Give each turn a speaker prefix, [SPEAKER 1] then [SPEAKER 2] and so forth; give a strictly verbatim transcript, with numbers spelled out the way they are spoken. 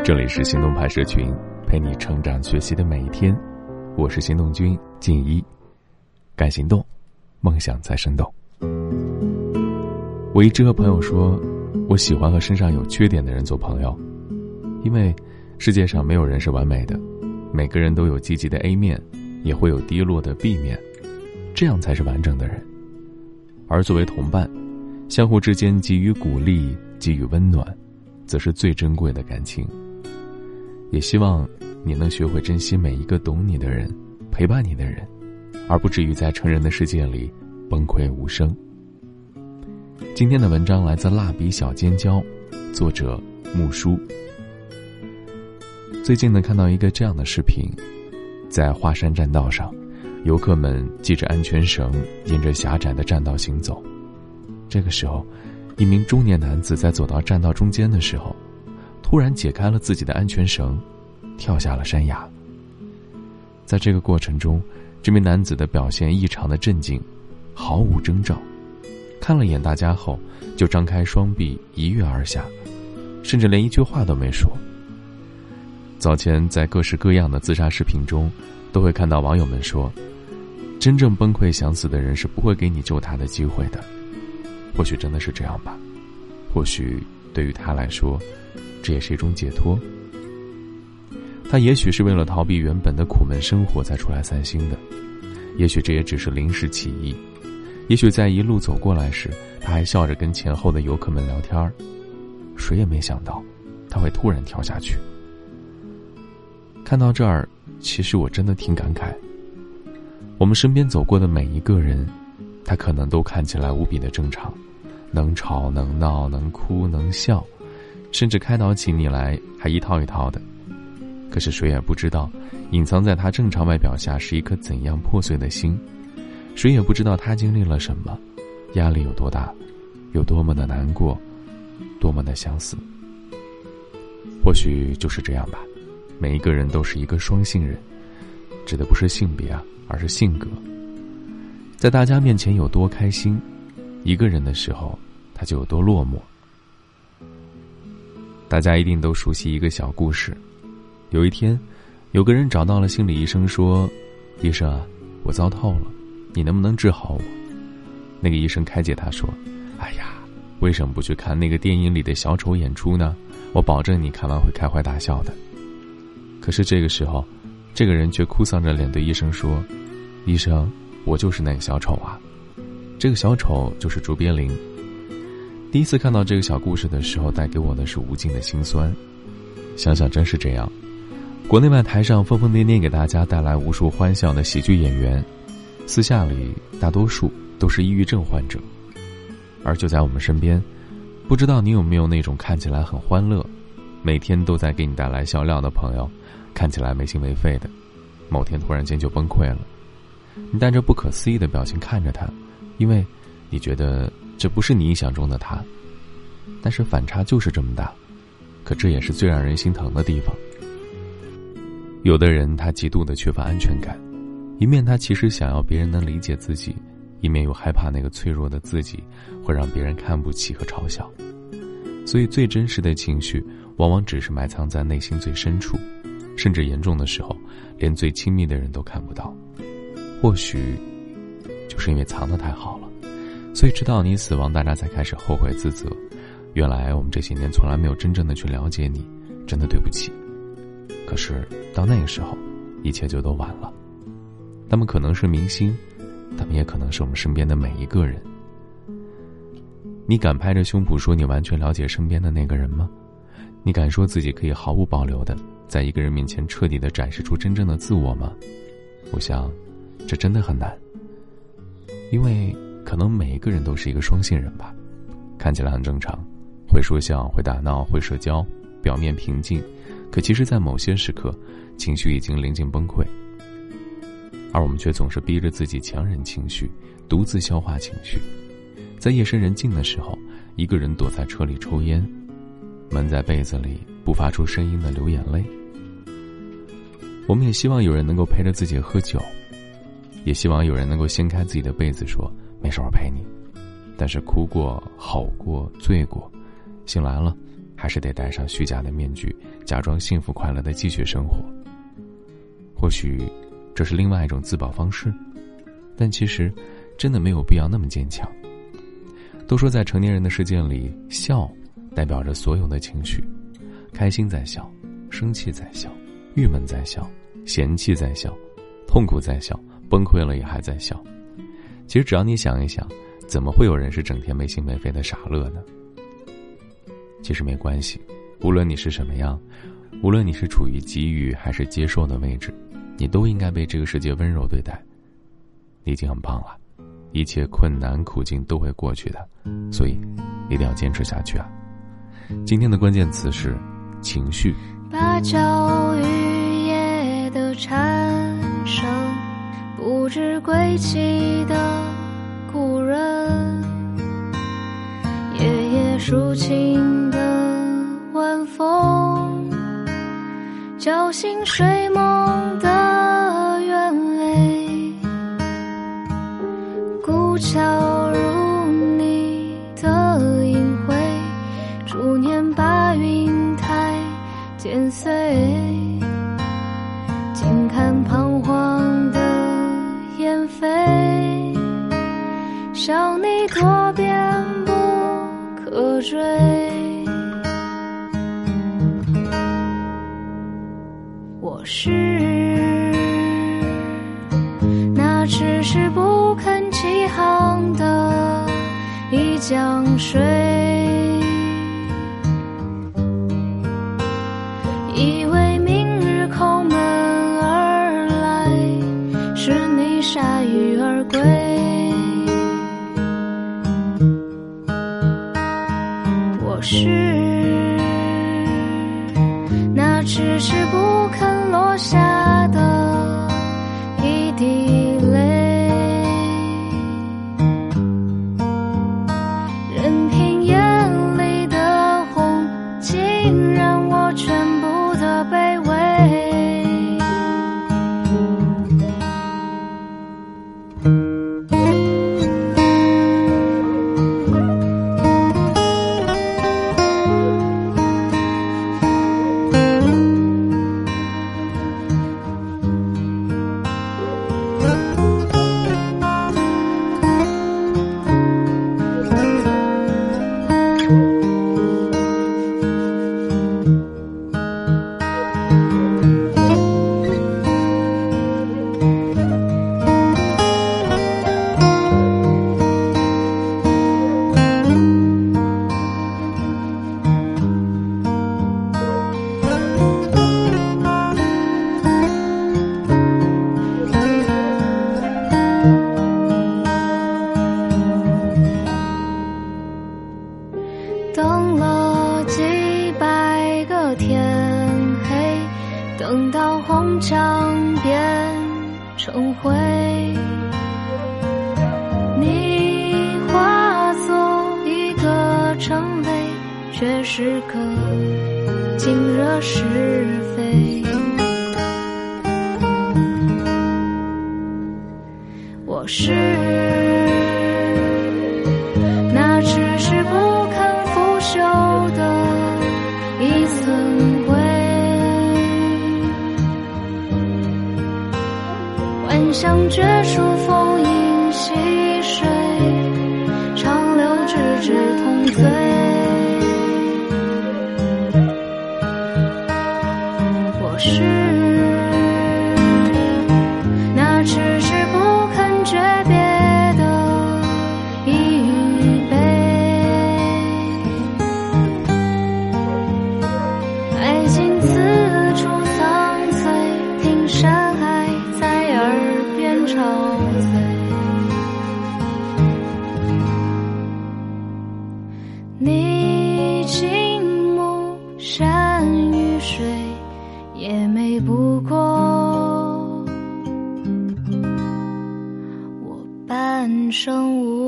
[SPEAKER 1] 这里是行动派社群，陪你成长学习的每一天。我是行动君静一，敢行动，梦想才生动。我一直和朋友说，我喜欢和身上有缺点的人做朋友，因为世界上没有人是完美的，每个人都有积极的 A 面，也会有低落的 B 面，这样才是完整的人。而作为同伴，相互之间给予鼓励，给予温暖，则是最珍贵的感情。也希望你能学会珍惜每一个懂你的人，陪伴你的人，而不至于在成人的世界里崩溃无声。今天的文章来自蜡笔小尖椒，作者木叔。最近呢，看到一个这样的视频，在华山栈道上，游客们系着安全绳，沿着狭窄的栈道行走。这个时候，一名中年男子在走到栈道中间的时候，突然解开了自己的安全绳，跳下了山崖。在这个过程中，这名男子的表现异常的镇静，毫无征兆，看了眼大家后就张开双臂一跃而下，甚至连一句话都没说。早前在各式各样的自杀视频中，都会看到网友们说，真正崩溃想死的人是不会给你救他的机会的。或许真的是这样吧，或许对于他来说，这也是一种解脱。他也许是为了逃避原本的苦闷生活才出来散心的，也许这也只是临时起意，也许在一路走过来时，他还笑着跟前后的游客们聊天，谁也没想到他会突然跳下去。看到这儿，其实我真的挺感慨。我们身边走过的每一个人，他可能都看起来无比的正常，能吵能闹能哭能笑，甚至开导起你来还一套一套的。可是谁也不知道，隐藏在他正常外表下是一颗怎样破碎的心，谁也不知道他经历了什么，压力有多大，有多么的难过，多么的相似。或许就是这样吧，每一个人都是一个双性人，指的不是性别啊，而是性格。在大家面前有多开心，一个人的时候他就有多落寞。大家一定都熟悉一个小故事，有一天有个人找到了心理医生说，医生啊，我糟透了，你能不能治好我？那个医生开解他说，哎呀，为什么不去看那个电影里的小丑演出呢？我保证你看完会开怀大笑的。可是这个时候，这个人却哭丧着脸对医生说，医生，我就是那个小丑啊。这个小丑就是卓别林。第一次看到这个小故事的时候，带给我的是无尽的心酸。想想真是这样，国内外台上疯疯癫癫给大家带来无数欢笑的喜剧演员，私下里大多数都是抑郁症患者。而就在我们身边，不知道你有没有那种看起来很欢乐，每天都在给你带来笑料的朋友，看起来没心没肺的，某天突然间就崩溃了。你带着不可思议的表情看着他，因为你觉得这不是你印象中的他，但是反差就是这么大，可这也是最让人心疼的地方。有的人他极度的缺乏安全感，一面他其实想要别人能理解自己，一面又害怕那个脆弱的自己会让别人看不起和嘲笑，所以最真实的情绪往往只是埋藏在内心最深处，甚至严重的时候连最亲密的人都看不到。或许就是因为藏得太好了，所以直到你死亡，大家才开始后悔自责，原来我们这些年从来没有真正的去了解你，真的对不起。可是到那个时候，一切就都晚了。他们可能是明星，他们也可能是我们身边的每一个人。你敢拍着胸脯说你完全了解身边的那个人吗？你敢说自己可以毫无保留的在一个人面前彻底的展示出真正的自我吗？我想这真的很难，因为可能每一个人都是一个双性人吧，看起来很正常，会说笑，会打闹，会社交，表面平静，可其实在某些时刻情绪已经临近崩溃，而我们却总是逼着自己强忍情绪，独自消化情绪。在夜深人静的时候，一个人躲在车里抽烟，闷在被子里不发出声音的流眼泪。我们也希望有人能够陪着自己喝酒，也希望有人能够掀开自己的被子说没事我陪你，但是哭过吼过醉过，醒来了还是得戴上虚假的面具，假装幸福快乐地继续生活。或许这是另外一种自保方式，但其实真的没有必要那么坚强。都说在成年人的世界里，笑代表着所有的情绪，开心在笑，生气在笑，郁闷在笑，嫌弃在笑，痛苦在笑，崩溃了也还在笑。其实只要你想一想，怎么会有人是整天没心没肺的傻乐呢？其实没关系，无论你是什么样，无论你是处于给予还是接受的位置，你都应该被这个世界温柔对待。你已经很棒了，一切困难苦境都会过去的，所以一定要坚持下去啊！今天的关键词是情绪。
[SPEAKER 2] 芭蕉雨夜的蝉声，不知归期的故人，夜夜抒情的晚风，叫醒睡梦的鸢尾，古桥如你的隐晦，逐年把云台剪碎，静看彷徨的燕飞，想你多变不可追。我是那迟迟不肯起航的一江水，以为明日叩门而来，是你铩羽而归。我是那迟迟不肯落下的一滴泪，任凭眼里的红浸染我全部的卑微。等了几百个天黑，等到红墙变成灰，你化作一个尘埃，却是个尽惹是非。我是那迟迟不肯腐朽的一层灰，幻想绝处逢迎溪水，长流直至痛醉。我是那迟迟不肯诀别的一语悲，爱情此处苍翠，听山海在耳边憔悴。你静目山与水，也美不过我半生无